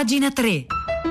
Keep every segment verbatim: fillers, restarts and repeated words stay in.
Pagina tre.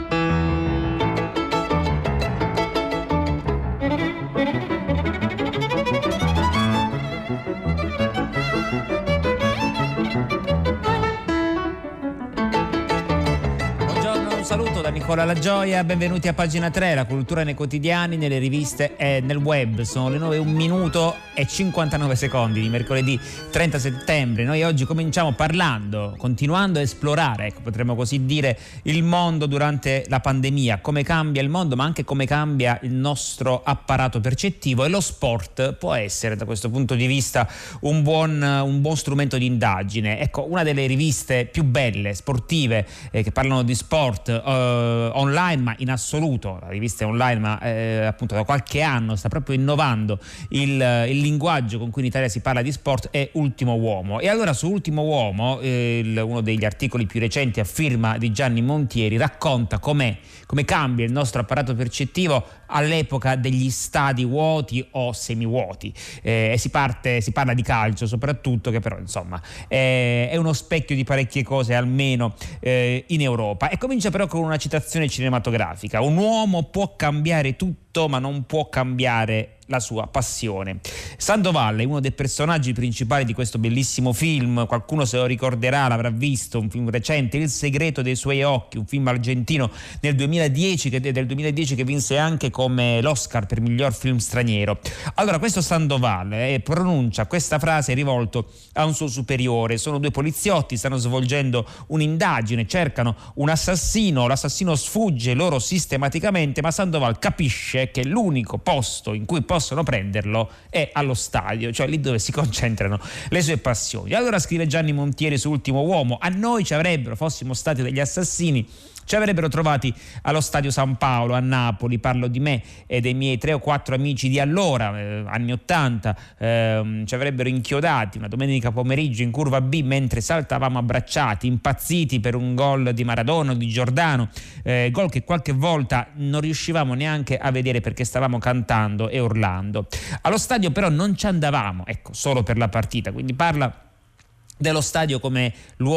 Saluto da Nicola La Gioia, benvenuti a Pagina tre, la cultura nei quotidiani, nelle riviste e nel web. Sono le nove e un minuto e cinquantanove secondi di mercoledì trenta settembre. Noi oggi cominciamo parlando, continuando a esplorare, ecco, potremmo così dire, il mondo durante la pandemia, come cambia il mondo, ma anche come cambia il nostro apparato percettivo, e lo sport può essere da questo punto di vista un buon, un buon strumento di indagine. Ecco, una delle riviste più belle, sportive, eh, che parlano di sport Uh, online, ma in assoluto la rivista è online, ma eh, appunto da qualche anno sta proprio innovando il, il linguaggio con cui in Italia si parla di sport, è Ultimo Uomo. E allora su Ultimo Uomo, eh, il, uno degli articoli più recenti a firma di Gianni Montieri, racconta com'è, come cambia il nostro apparato percettivo all'epoca degli stadi vuoti o semivuoti, eh, e si parte, si parla di calcio soprattutto, che però insomma eh, è uno specchio di parecchie cose, almeno eh, in Europa. E comincia però con una citazione cinematografica: un uomo può cambiare tutto, ma non può cambiare la sua passione. Sandoval è uno dei personaggi principali di questo bellissimo film. Qualcuno se lo ricorderà, l'avrà visto, un film recente, Il segreto dei suoi occhi, un film argentino nel duemiladieci, che, del duemiladieci, che vinse anche come l'Oscar per miglior film straniero. Allora, questo Sandoval eh, pronuncia questa frase rivolto a un suo superiore. Sono due poliziotti, stanno svolgendo un'indagine, cercano un assassino, l'assassino sfugge loro sistematicamente, ma Sandoval capisce che l'unico posto in cui possono prenderlo è allo stadio, cioè lì dove si concentrano le sue passioni. Allora scrive Gianni Montieri su Ultimo Uomo: a noi ci avrebbero, fossimo stati degli assassini, ci avrebbero trovati allo stadio San Paolo a Napoli. Parlo di me e dei miei tre o quattro amici di allora, eh, anni ottanta, eh, ci avrebbero inchiodati una domenica pomeriggio in curva B mentre saltavamo abbracciati, impazziti per un gol di Maradona o di Giordano, eh, gol che qualche volta non riuscivamo neanche a vedere perché stavamo cantando e urlando. Allo stadio però non ci andavamo, ecco, solo per la partita. Quindi parla dello stadio come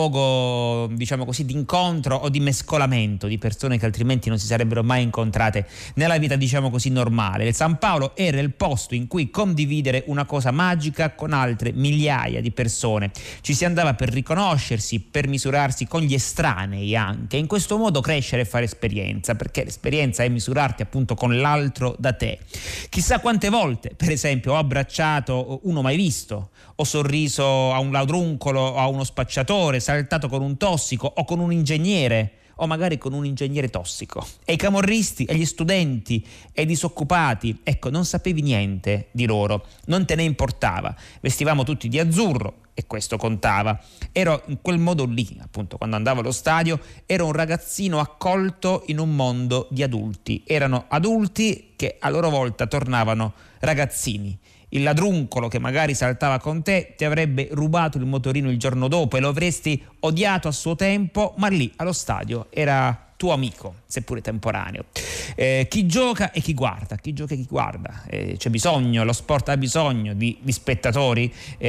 luogo, diciamo così, di incontro o di mescolamento di persone che altrimenti non si sarebbero mai incontrate nella vita, diciamo così, normale. Il San Paolo era il posto in cui condividere una cosa magica con altre migliaia di persone. Ci si andava per riconoscersi, per misurarsi con gli estranei anche, e in questo modo crescere e fare esperienza, perché l'esperienza è misurarti appunto con l'altro da te. Chissà quante volte, per esempio, ho abbracciato uno mai visto, ho sorriso a un ladruncolo o a uno spacciatore, saltato con un tossico o con un ingegnere, o magari con un ingegnere tossico. E i camorristi e gli studenti e i disoccupati, ecco, non sapevi niente di loro, non te ne importava. Vestivamo tutti di azzurro e questo contava. Ero in quel modo lì, appunto, quando andavo allo stadio, ero un ragazzino accolto in un mondo di adulti. Erano adulti che a loro volta tornavano ragazzini. Il ladruncolo che magari saltava con te ti avrebbe rubato il motorino il giorno dopo e lo avresti odiato a suo tempo, ma lì allo stadio era tuo amico, seppure temporaneo. Eh, chi gioca e chi guarda, chi gioca e chi guarda. Eh, c'è bisogno, lo sport ha bisogno di, di spettatori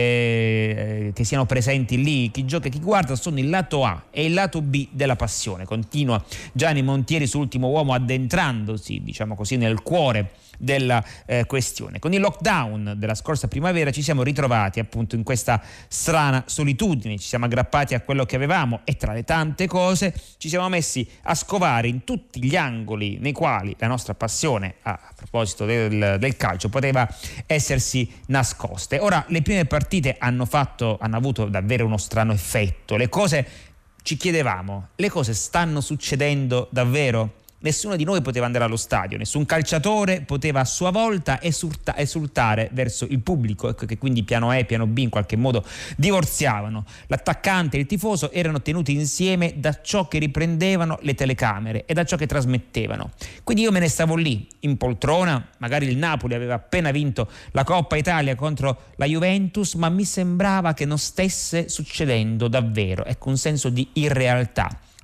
eh, che siano presenti lì. Chi gioca e chi guarda sono il lato A e il lato B della passione. Continua Gianni Montieri su Ultimo Uomo, addentrandosi, diciamo così, nel cuore della eh, questione. Con il lockdown della scorsa primavera ci siamo ritrovati appunto in questa strana solitudine, ci siamo aggrappati a quello che avevamo e tra le tante cose ci siamo messi a scovare in tutti gli angoli nei quali la nostra passione, a proposito del, del calcio, poteva essersi nascoste. Ora, le prime partite hanno fatto, hanno avuto davvero uno strano effetto. Le cose, ci chiedevamo, le cose stanno succedendo davvero? Nessuno di noi poteva andare allo stadio, nessun calciatore poteva a sua volta esulta- esultare verso il pubblico, ecco che quindi piano A e piano B in qualche modo divorziavano. L'attaccante e il tifoso erano tenuti insieme da ciò che riprendevano le telecamere e da ciò che trasmettevano. Quindi io me ne stavo lì, in poltrona, magari il Napoli aveva appena vinto la Coppa Italia contro la Juventus, ma mi sembrava che non stesse succedendo davvero, ecco, un senso di irrealtà.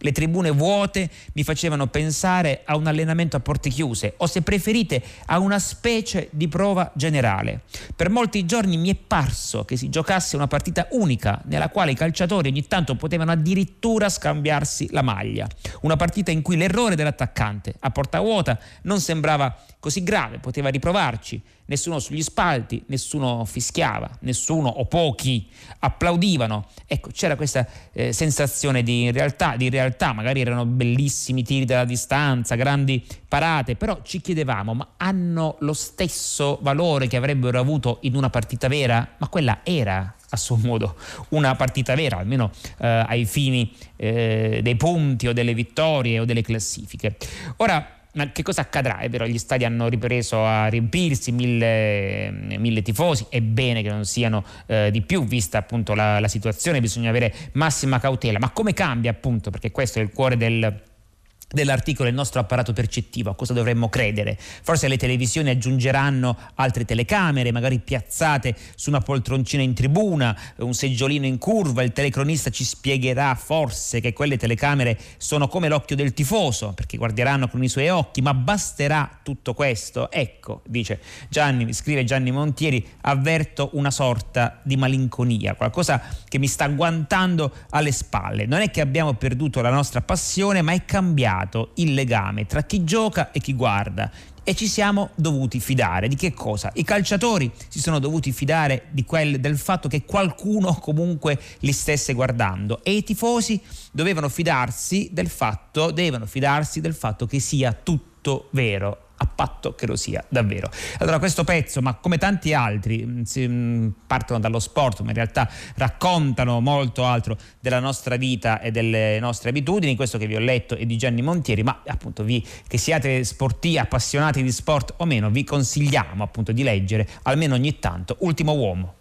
Le tribune vuote mi facevano pensare a un allenamento a porte chiuse o, se preferite, a una specie di prova generale. Per molti giorni mi è parso che si giocasse una partita unica nella quale i calciatori ogni tanto potevano addirittura scambiarsi la maglia. Una partita in cui l'errore dell'attaccante a porta vuota non sembrava così grave, poteva riprovarci. Nessuno sugli spalti, nessuno fischiava, nessuno o pochi applaudivano. Ecco, c'era questa eh, sensazione di realtà, di realtà, magari erano bellissimi tiri dalla distanza, grandi parate, però ci chiedevamo, ma hanno lo stesso valore che avrebbero avuto in una partita vera? Ma quella era a suo modo una partita vera, almeno eh, ai fini eh, dei punti o delle vittorie o delle classifiche. Ora, ma che cosa accadrà? È vero, gli stadi hanno ripreso a riempirsi, mille, mille tifosi, è bene che non siano eh, di più, vista appunto la, la situazione, bisogna avere massima cautela. Ma come cambia, appunto, perché questo è il cuore del dell'articolo, il nostro apparato percettivo, a cosa dovremmo credere? Forse le televisioni aggiungeranno altre telecamere, magari piazzate su una poltroncina in tribuna, un seggiolino in curva, il telecronista ci spiegherà forse che quelle telecamere sono come l'occhio del tifoso, perché guarderanno con i suoi occhi, ma basterà tutto questo? Ecco, dice Gianni, scrive Gianni Montieri, avverto una sorta di malinconia, qualcosa che mi sta agguantando alle spalle. Non è che abbiamo perduto la nostra passione, ma è cambiato il legame tra chi gioca e chi guarda, e ci siamo dovuti fidare di che cosa? I calciatori si sono dovuti fidare di quel, del fatto che qualcuno comunque li stesse guardando, e i tifosi dovevano fidarsi del fatto, devono fidarsi del fatto che sia tutto vero, a patto che lo sia davvero. Allora, questo pezzo, ma come tanti altri, si, mh, partono dallo sport, ma in realtà raccontano molto altro della nostra vita e delle nostre abitudini. Questo che vi ho letto è di Gianni Montieri, ma appunto vi, che siate sportivi, appassionati di sport o meno, vi consigliamo appunto di leggere almeno ogni tanto Ultimo Uomo.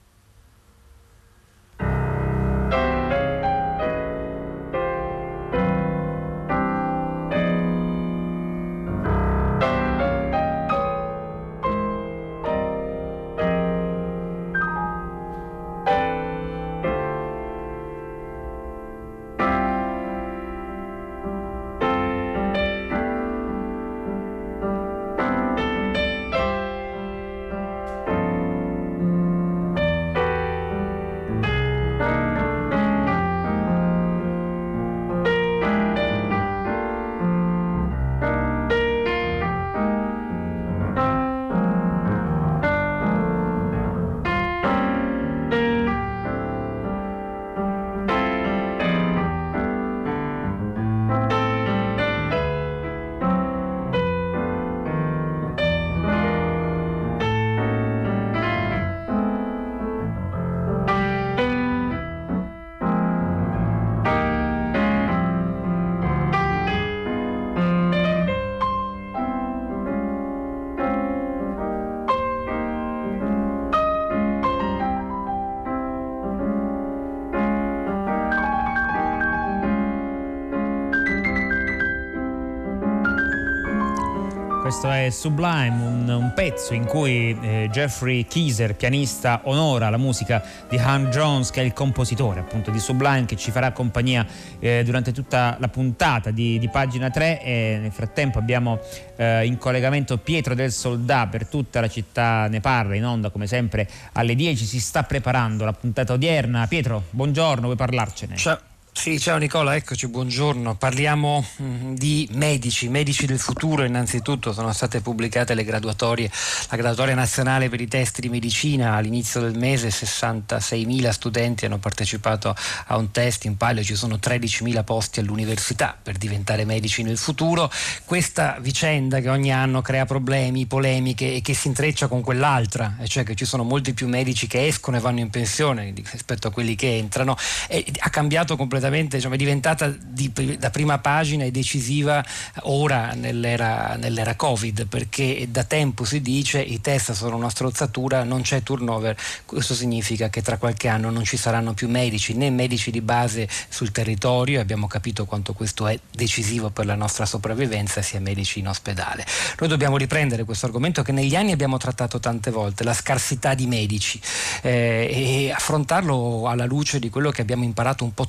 Questo è Sublime, un, un pezzo in cui eh, Jeffrey Keyser, pianista, onora la musica di Hank Jones, che è il compositore appunto di Sublime, che ci farà compagnia eh, durante tutta la puntata di, di Pagina tre. E nel frattempo abbiamo eh, in collegamento Pietro del Soldà, per tutta la città ne parla, in onda come sempre alle dieci. Si sta preparando la puntata odierna. Pietro, buongiorno, vuoi parlarcene? Ciao. Sì, ciao Nicola, eccoci, buongiorno. Parliamo mh, di medici, medici del futuro. Innanzitutto sono state pubblicate le graduatorie, la graduatoria nazionale per i test di medicina all'inizio del mese. sessantaseimila studenti hanno partecipato a un test, in palio ci sono tredicimila posti all'università per diventare medici nel futuro. Questa vicenda che ogni anno crea problemi, polemiche, e che si intreccia con quell'altra, e cioè che ci sono molti più medici che escono e vanno in pensione rispetto a quelli che entrano, e ha cambiato completamente. Diciamo, è diventata di, da prima pagina e decisiva ora nell'era, nell'era Covid, perché da tempo si dice i test sono una strozzatura, non c'è turnover. Questo significa che tra qualche anno non ci saranno più medici, né medici di base sul territorio, e abbiamo capito quanto questo è decisivo per la nostra sopravvivenza, sia medici in ospedale. Noi dobbiamo riprendere questo argomento che negli anni abbiamo trattato tante volte, la scarsità di medici, eh, e affrontarlo alla luce di quello che abbiamo imparato un po' tutti noi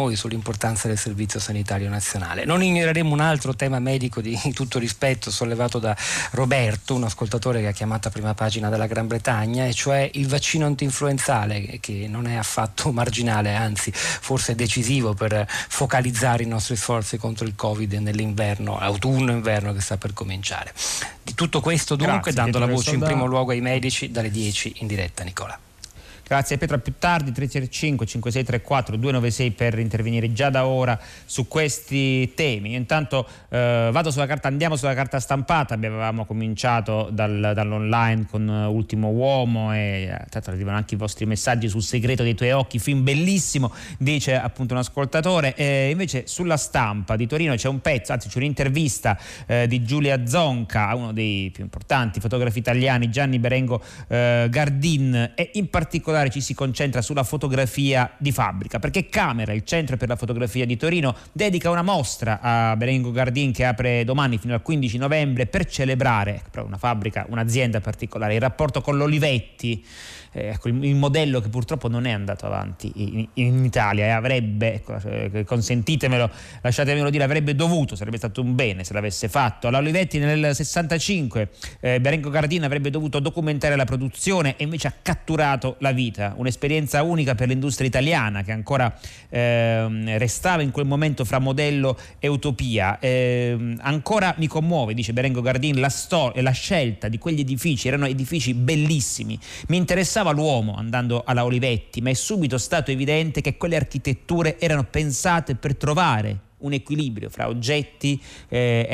noi sull'importanza del Servizio Sanitario Nazionale. Non ignoreremo un altro tema medico di tutto rispetto sollevato da Roberto, un ascoltatore che ha chiamato a prima pagina dalla Gran Bretagna, e cioè il vaccino antinfluenzale, che non è affatto marginale, anzi forse decisivo per focalizzare i nostri sforzi contro il Covid nell'inverno, autunno-inverno che sta per cominciare. Di tutto questo dunque, Grazie, dando Pietro la voce in Soldato. primo luogo ai medici dalle dieci in diretta. Nicola. Grazie Pietro, a più tardi. Tre tre cinque cinque sei tre quattro due nove sei per intervenire già da ora su questi temi. Io intanto eh, vado sulla carta, andiamo sulla carta stampata. Avevamo cominciato dal, dall'online con Ultimo Uomo, e tra l'altro arrivano anche i vostri messaggi sul Segreto dei tuoi occhi, film bellissimo, dice appunto un ascoltatore. E invece sulla Stampa di Torino c'è un pezzo, anzi c'è un'intervista eh, di Giulia Zonca a uno dei più importanti fotografi italiani, Gianni Berengo eh, Gardin, e in particolare ci si concentra sulla fotografia di fabbrica, perché Camera, il centro per la fotografia di Torino, dedica una mostra a Berengo Gardin che apre domani fino al quindici novembre per celebrare una fabbrica, un'azienda particolare, il rapporto con l'Olivetti. Ecco, il, il modello che purtroppo non è andato avanti in, in Italia, e avrebbe, ecco, eh, consentitemelo, lasciatemelo dire, avrebbe dovuto, sarebbe stato un bene se l'avesse fatto. La Olivetti nel sessantacinque, eh, Berengo Gardin avrebbe dovuto documentare la produzione e invece ha catturato la vita, un'esperienza unica per l'industria italiana che ancora eh, restava in quel momento fra modello e utopia. Eh, ancora mi commuove, dice Berengo Gardin, la storia e la scelta di quegli edifici, erano edifici bellissimi. Mi interessava l'uomo andando alla Olivetti, ma è subito stato evidente che quelle architetture erano pensate per trovare un equilibrio fra oggetti, eh,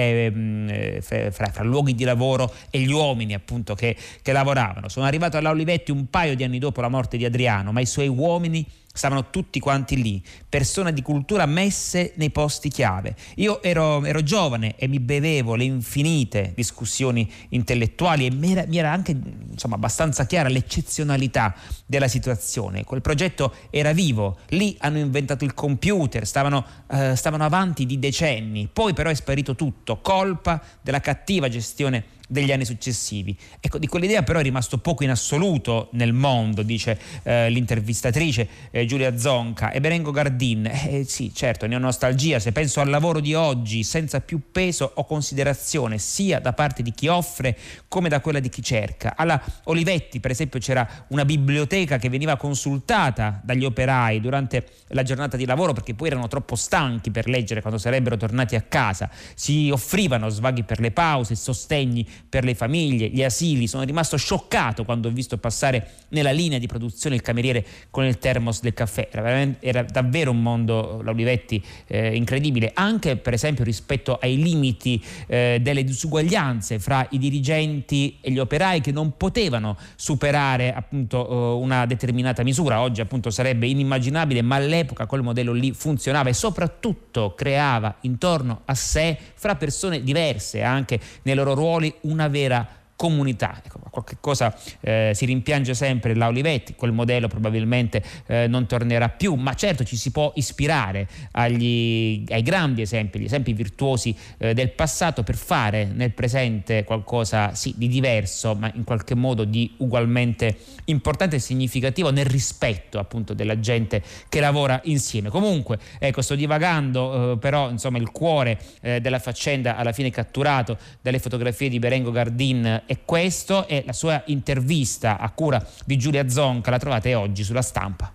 eh, fra, fra luoghi di lavoro e gli uomini appunto che, che lavoravano. Sono arrivato alla Olivetti un paio di anni dopo la morte di Adriano, ma i suoi uomini stavano tutti quanti lì, persone di cultura messe nei posti chiave. Io ero, ero giovane e mi bevevo le infinite discussioni intellettuali, e mi era, mi era anche insomma abbastanza chiara l'eccezionalità della situazione. Quel progetto era vivo, lì hanno inventato il computer, stavano, eh, stavano avanti di decenni, poi però è sparito tutto, colpa della cattiva gestione degli anni successivi. Ecco, di quell'idea però è rimasto poco in assoluto nel mondo, dice eh, l'intervistatrice eh, Giulia Zonca. E Berengo Gardin, eh, sì certo, ne ho nostalgia se penso al lavoro di oggi, senza più peso o considerazione sia da parte di chi offre come da quella di chi cerca. Alla Olivetti per esempio c'era una biblioteca che veniva consultata dagli operai durante la giornata di lavoro, perché poi erano troppo stanchi per leggere quando sarebbero tornati a casa. Si offrivano svaghi per le pause, sostegni per le famiglie, gli asili. Sono rimasto scioccato quando ho visto passare nella linea di produzione il cameriere con il termos del caffè. Era, veramente, era davvero un mondo, la Olivetti, eh, incredibile, anche per esempio rispetto ai limiti eh, delle disuguaglianze fra i dirigenti e gli operai, che non potevano superare appunto una determinata misura. Oggi appunto sarebbe inimmaginabile, ma all'epoca quel modello lì funzionava e soprattutto creava intorno a sé, fra persone diverse anche nei loro ruoli, una vera comunità. Ecco, qualche cosa eh, si rimpiange sempre la Olivetti, quel modello probabilmente eh, non tornerà più, ma certo ci si può ispirare agli, ai grandi esempi, gli esempi virtuosi eh, del passato, per fare nel presente qualcosa sì di diverso, ma in qualche modo di ugualmente importante e significativo, nel rispetto appunto della gente che lavora insieme. Comunque, ecco, sto divagando, eh, però insomma il cuore eh, della faccenda alla fine catturato dalle fotografie di Berengo Gardin è questo, e la sua intervista a cura di Giulia Zonca la trovate oggi sulla Stampa.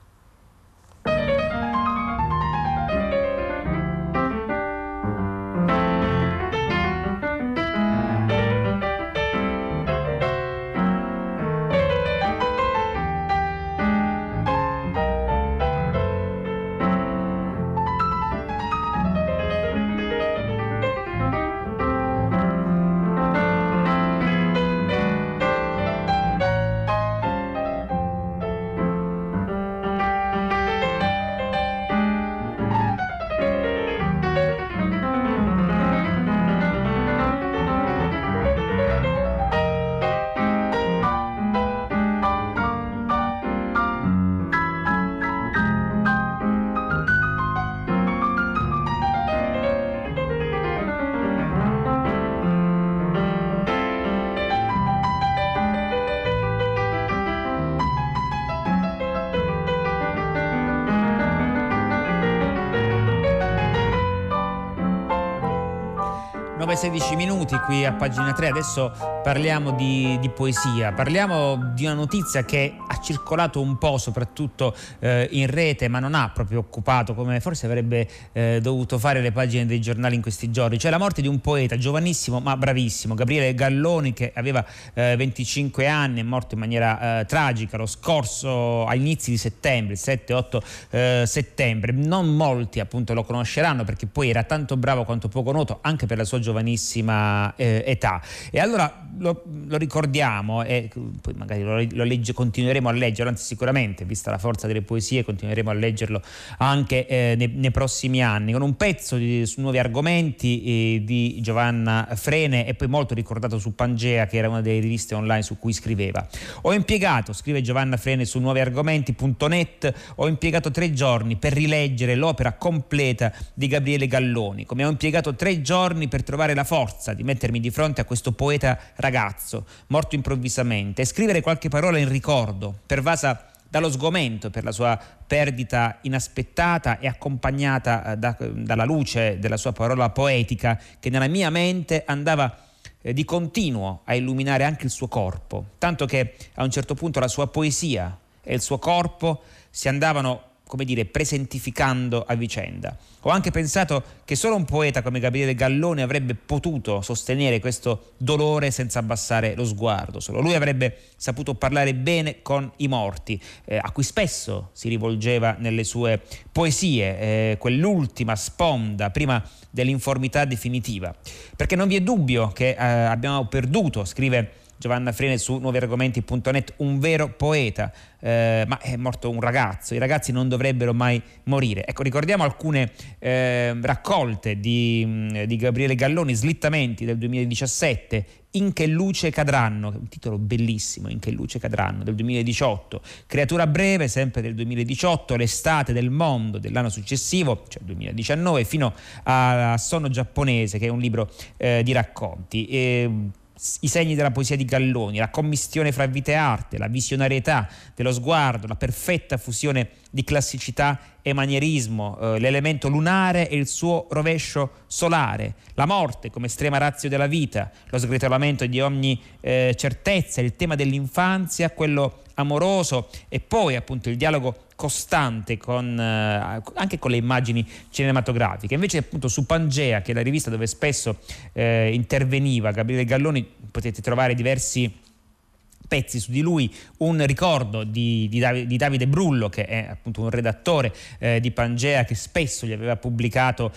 nove e sedici minuti qui a pagina tre. Adesso parliamo di, di poesia, parliamo di una notizia che ha circolato un po' soprattutto eh, in rete, ma non ha proprio occupato, come forse avrebbe eh, dovuto fare, le pagine dei giornali in questi giorni, cioè la morte di un poeta giovanissimo ma bravissimo, Gabriele Galloni, che aveva eh, venticinque anni, è morto in maniera eh, tragica lo scorso agli inizi di settembre, il sette otto eh, settembre. Non molti appunto lo conosceranno, perché poi era tanto bravo quanto poco noto anche per la sua giovanissima eh, età, e allora lo, lo ricordiamo, e poi magari lo, lo legge, continueremo a leggerlo, anzi sicuramente, vista la forza delle poesie, continueremo a leggerlo anche eh, nei, nei prossimi anni, con un pezzo di, su Nuovi Argomenti eh, di Giovanna Frene, e poi molto ricordato su Pangea, che era una delle riviste online su cui scriveva. Ho impiegato, scrive Giovanna Frene su nuovi argomenti punto net, ho impiegato tre giorni per rileggere l'opera completa di Gabriele Galloni, come ho impiegato tre giorni per trovare la forza di mettermi di fronte a questo poeta ragazzo, morto improvvisamente, e scrivere qualche parola in ricordo, pervasa dallo sgomento per la sua perdita inaspettata e accompagnata da, dalla luce della sua parola poetica, che nella mia mente andava eh, di continuo a illuminare anche il suo corpo, tanto che a un certo punto la sua poesia e il suo corpo si andavano, come dire, presentificando a vicenda. Ho anche pensato che solo un poeta come Gabriele Galloni avrebbe potuto sostenere questo dolore senza abbassare lo sguardo. Solo lui avrebbe saputo parlare bene con i morti, eh, a cui spesso si rivolgeva nelle sue poesie, eh, quell'ultima sponda prima dell'informità definitiva. Perché non vi è dubbio che eh, abbiamo perduto, scrive Giovanna Frene su nuovi argomenti punto net, un vero poeta, eh, ma è morto un ragazzo. I ragazzi non dovrebbero mai morire. Ecco, ricordiamo alcune eh, raccolte di, di Gabriele Galloni, Slittamenti del duemiladiciassette, In che luce cadranno, un titolo bellissimo, In che luce cadranno, del duemiladiciotto, Creatura breve, sempre del duemiladiciotto, L'estate del mondo dell'anno successivo, cioè duemiladiciannove, fino a Sonno giapponese, che è un libro eh, di racconti. E, I segni della poesia di Galloni, la commistione fra vita e arte, la visionarietà dello sguardo, la perfetta fusione di classicità e manierismo, eh, l'elemento lunare e il suo rovescio solare, la morte come estrema ratio della vita, lo sgretolamento di ogni eh, certezza, il tema dell'infanzia, quello amoroso, e poi appunto il dialogo costante con, eh, anche con le immagini cinematografiche. Invece appunto su Pangea, che è la rivista dove spesso eh, interveniva Gabriele Galloni, potete trovare diversi pezzi su di lui, un ricordo di, di, Dav- di Davide Brullo, che è appunto un redattore eh, di Pangea, che spesso gli aveva pubblicato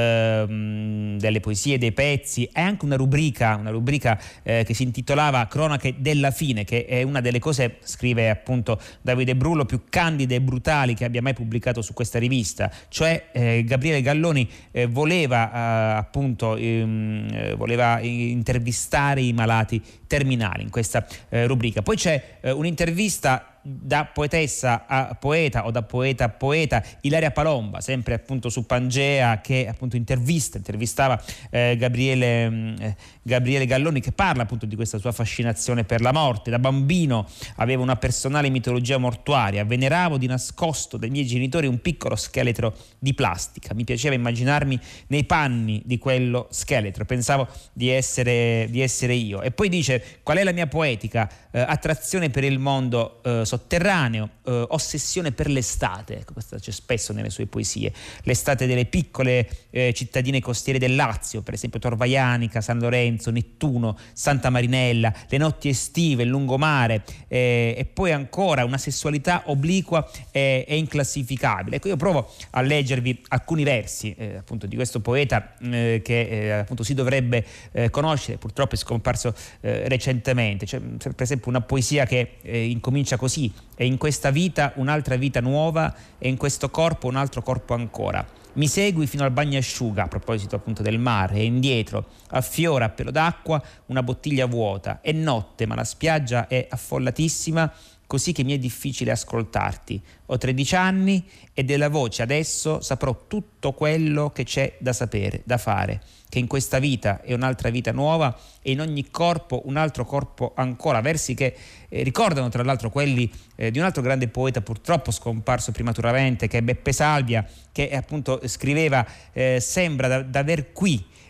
eh, delle poesie, dei pezzi, e anche una rubrica, una rubrica eh, che si intitolava Cronache della fine, che è una delle cose, scrive appunto Davide Brullo, più candide e brutali che abbia mai pubblicato su questa rivista. Cioè eh, Gabriele Galloni eh, voleva eh, appunto ehm, voleva intervistare i malati terminali in questa eh, rubrica. Poi c'è eh, un'intervista da poetessa a poeta o da poeta a poeta, Ilaria Palomba, sempre appunto su Pangea, che appunto intervista, intervistava eh, Gabriele, eh, Gabriele Galloni, che parla appunto di questa sua fascinazione per la morte. Da bambino avevo una personale mitologia mortuaria, veneravo di nascosto dai miei genitori un piccolo scheletro di plastica, mi piaceva immaginarmi nei panni di quello scheletro, pensavo di essere, di essere io. E poi dice: qual è la mia poetica? Eh, attrazione per il mondo eh, sotterraneo, eh, ossessione per l'estate. Ecco, questo c'è spesso nelle sue poesie, l'estate delle piccole eh, cittadine costiere del Lazio, per esempio Torvaianica, San Lorenzo, Nettuno, Santa Marinella, le notti estive, il lungomare, eh, e poi ancora una sessualità obliqua e, e inclassificabile. Ecco, io provo a leggervi alcuni versi eh, appunto di questo poeta eh, che eh, appunto si dovrebbe eh, conoscere, purtroppo è scomparso eh, recentemente. C'è per esempio una poesia che eh, incomincia così: e in questa vita un'altra vita nuova, e in questo corpo un altro corpo ancora. Mi segui fino al bagnasciuga, a proposito appunto del mare, e indietro affiora a pelo d'acqua una bottiglia vuota. È notte, ma la spiaggia è affollatissima, così che mi è difficile ascoltarti. Ho tredici anni e della voce adesso saprò tutto quello che c'è da sapere, da fare. Che in questa vita è un'altra vita nuova, e in ogni corpo un altro corpo ancora. Versi che eh, ricordano tra l'altro quelli eh, di un altro grande poeta purtroppo scomparso prematuramente, che è Beppe Salvia, che appunto scriveva eh, sembra da, da aver qui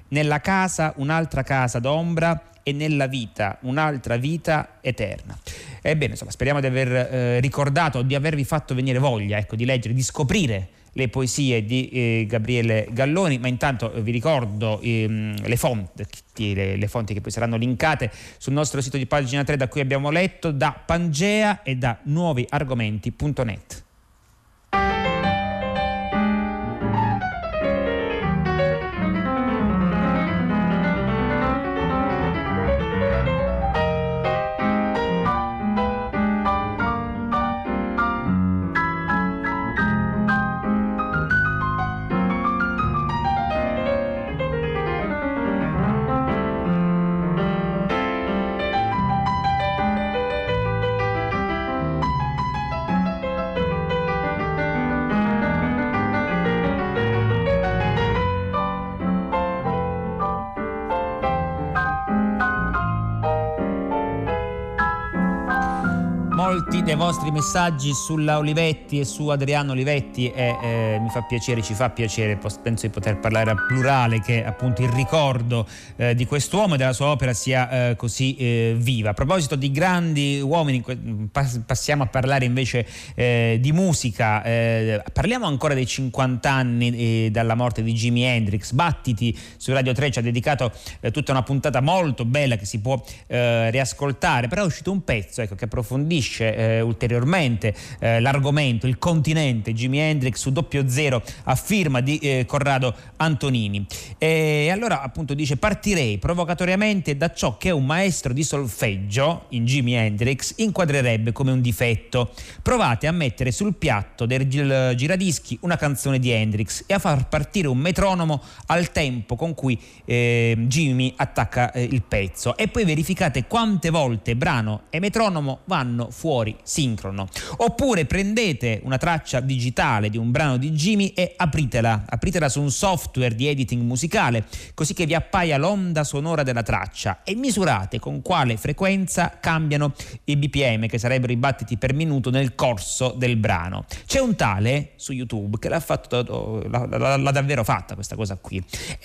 nella casa un'altra casa d'ombra e nella vita un'altra vita eterna. Ebbene, insomma, speriamo di aver eh, ricordato, di avervi fatto venire voglia, ecco, di leggere, di scoprire le poesie di eh, Gabriele Galloni, ma intanto eh, vi ricordo ehm, le fonti, le, le fonti che poi saranno linkate sul nostro sito di Pagina tre, da cui abbiamo letto, da Pangea e da nuovi argomenti punto net. Molti dei vostri messaggi sulla Olivetti e su Adriano Olivetti e eh, mi fa piacere, ci fa piacere, penso di poter parlare a plurale, che appunto il ricordo eh, di quest'uomo e della sua opera sia eh, così eh, viva. A proposito di grandi uomini, passiamo a parlare invece eh, di musica. Eh, parliamo ancora dei cinquanta anni eh, dalla morte di Jimi Hendrix. Battiti su Radio tre ci ha dedicato eh, tutta una puntata molto bella che si può eh, riascoltare, però è uscito un pezzo, ecco, che approfondisce Eh, ulteriormente eh, l'argomento, il continente Jimi Hendrix, su Doppio Zero, a firma di eh, Corrado Antonini. E allora appunto dice: partirei provocatoriamente da ciò che un maestro di solfeggio in Jimi Hendrix inquadrerebbe come un difetto. Provate a mettere sul piatto del giradischi una canzone di Hendrix e a far partire un metronomo al tempo con cui eh, Jimi attacca eh, il pezzo, e poi verificate quante volte brano e metronomo vanno fuori sincrono. Oppure prendete una traccia digitale di un brano di Jimi e apritela, apritela su un software di editing musicale, così che vi appaia l'onda sonora della traccia, e misurate con quale frequenza cambiano i B P M, che sarebbero i battiti per minuto nel corso del brano. C'è un tale su YouTube che l'ha fatto, l'ha, l'ha, l'ha davvero fatta questa cosa qui,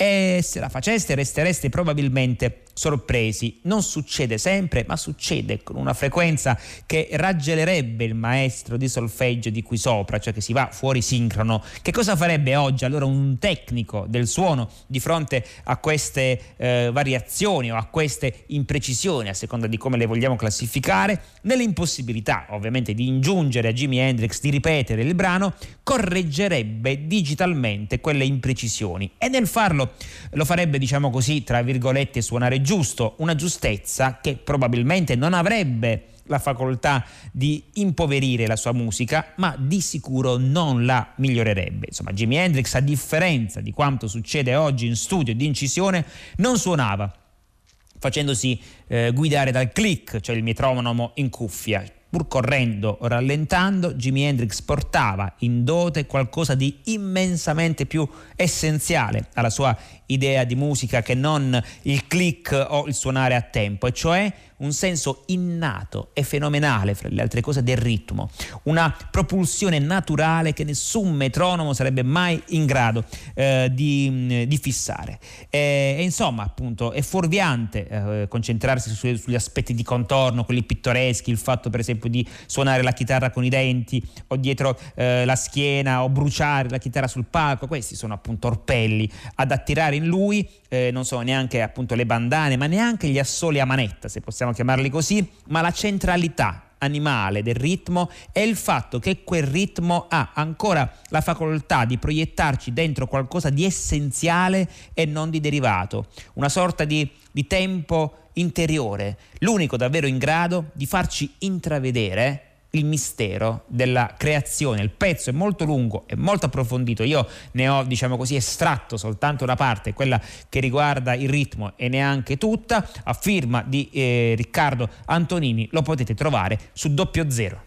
e se la faceste restereste probabilmente sorpresi. Non succede sempre, ma succede con una frequenza che raggelerebbe il maestro di solfeggio di qui sopra, cioè che si va fuori sincrono. Che cosa farebbe oggi allora un tecnico del suono di fronte a queste eh, variazioni o a queste imprecisioni, a seconda di come le vogliamo classificare? Nell'impossibilità ovviamente di ingiungere a Jimi Hendrix di ripetere il brano, correggerebbe digitalmente quelle imprecisioni, e nel farlo lo farebbe, diciamo così, tra virgolette, suonare giusto, una giustezza che probabilmente non avrebbe la facoltà di impoverire la sua musica, ma di sicuro non la migliorerebbe. Insomma, Jimi Hendrix, a differenza di quanto succede oggi in studio di incisione, non suonava facendosi eh, guidare dal click, cioè il metronomo in cuffia. Pur correndo o rallentando, Jimi Hendrix portava in dote qualcosa di immensamente più essenziale alla sua idea di musica che non il click o il suonare a tempo, e cioè un senso innato e fenomenale, fra le altre cose, del ritmo, una propulsione naturale che nessun metronomo sarebbe mai in grado eh, di, di fissare. E, e insomma, appunto, è fuorviante eh, concentrarsi su, sugli aspetti di contorno, quelli pittoreschi, il fatto per esempio di suonare la chitarra con i denti o dietro eh, la schiena, o bruciare la chitarra sul palco. Questi sono appunto orpelli ad attirare in lui eh, non sono neanche appunto le bandane, ma neanche gli assoli a manetta, se possiamo chiamarli così, ma la centralità animale del ritmo e il fatto che quel ritmo ha ancora la facoltà di proiettarci dentro qualcosa di essenziale e non di derivato, una sorta di, di tempo interiore, l'unico davvero in grado di farci intravedere il mistero della creazione. Il pezzo è molto lungo e molto approfondito, io ne ho, diciamo così, estratto soltanto una parte, quella che riguarda il ritmo, e neanche tutta, a firma di eh, Riccardo Antonini. Lo potete trovare su Doppio Zero.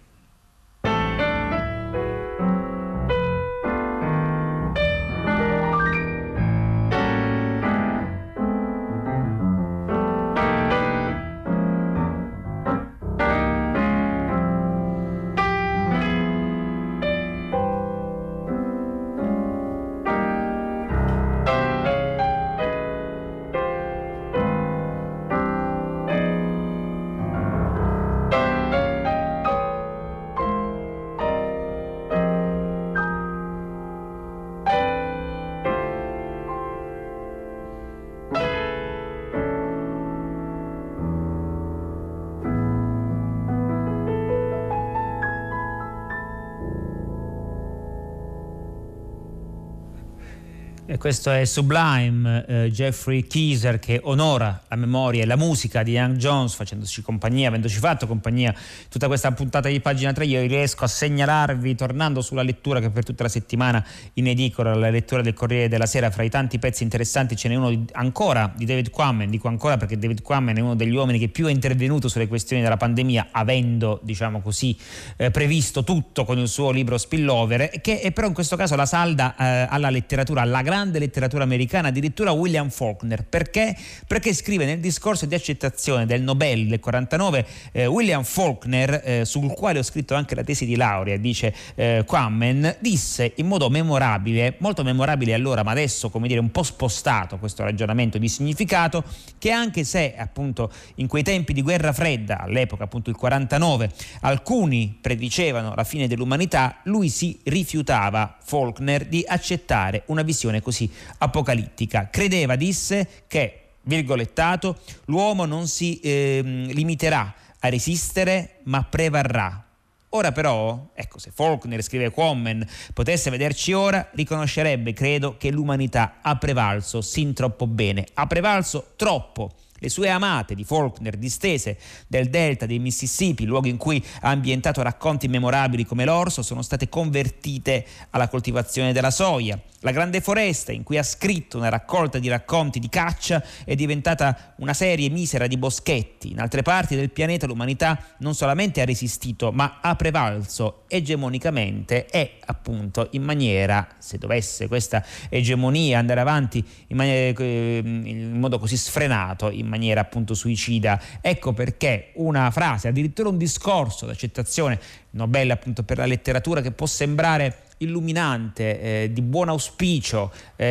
E questo è Sublime, eh, Jeffrey Keyser, che onora la memoria e la musica di Young Jones, facendoci compagnia, avendoci fatto compagnia tutta questa puntata di Pagina tre. Io riesco a segnalarvi, tornando sulla lettura che per tutta la settimana in edicola, la lettura del Corriere della Sera, fra i tanti pezzi interessanti ce n'è uno di, ancora di David Quammen. Dico ancora perché David Quammen è uno degli uomini che più è intervenuto sulle questioni della pandemia, avendo, diciamo così, eh, previsto tutto con il suo libro Spillover, che è però in questo caso la salda eh, alla letteratura, alla grande letteratura americana, addirittura William Faulkner. Perché? Perché scrive nel discorso di accettazione del Nobel del quarantanove, eh, William Faulkner, eh, sul quale ho scritto anche la tesi di laurea, dice eh, Quammen, disse in modo memorabile, molto memorabile allora, ma adesso, come dire, un po' spostato questo ragionamento di significato, che anche se appunto in quei tempi di guerra fredda, all'epoca appunto il quarantanove, alcuni predicevano la fine dell'umanità, lui si rifiutava, Faulkner, di accettare una visione così apocalittica. Credeva, disse, che, virgolettato, l'uomo non si eh, limiterà a resistere ma prevarrà. Ora però, ecco, se Faulkner, scrive Quammen, potesse vederci ora, riconoscerebbe, credo, che l'umanità ha prevalso sin troppo bene, ha prevalso troppo. Le sue amate di Faulkner, distese del delta dei Mississippi, luogo in cui ha ambientato racconti memorabili come l'orso, sono state convertite alla coltivazione della soia. La grande foresta, in cui ha scritto una raccolta di racconti di caccia, è diventata una serie misera di boschetti. In altre parti del pianeta l'umanità non solamente ha resistito, ma ha prevalso egemonicamente e appunto in maniera, se dovesse questa egemonia andare avanti in, maniera, in modo così sfrenato, in maniera appunto suicida. Ecco perché una frase, addirittura un discorso d'accettazione Nobel appunto per la letteratura, che può sembrare illuminante, eh, di buon auspicio,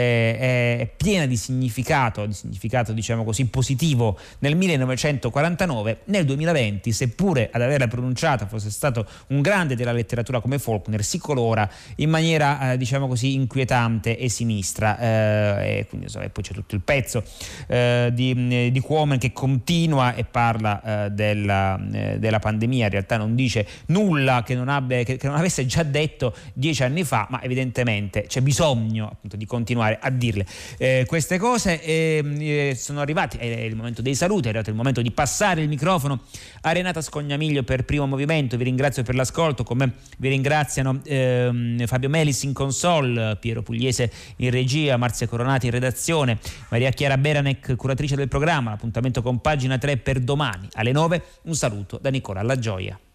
eh, è piena di significato, di significato diciamo così positivo nel millenovecentoquarantanove, nel duemilaventi, seppure ad averla pronunciata fosse stato un grande della letteratura come Faulkner, si colora in maniera eh, diciamo così inquietante e sinistra, eh, e quindi insomma, poi c'è tutto il pezzo eh, di, di Quammen che continua e parla eh, della, eh, della pandemia. In realtà non dice nulla che non, abbia, che, che non avesse già detto dieci anni fa, ma evidentemente c'è bisogno appunto di continuare a dirle eh, queste cose. E, eh, sono arrivati, è il momento dei saluti, è arrivato il momento di passare il microfono a Renata Scognamiglio per Primo Movimento. Vi ringrazio per l'ascolto, come vi ringraziano ehm, Fabio Melis in console, Piero Pugliese in regia, Marzia Coronati in redazione, Maria Chiara Beranec curatrice del programma. L'appuntamento con Pagina tre per domani alle nove. Un saluto da Nicola Lagioia.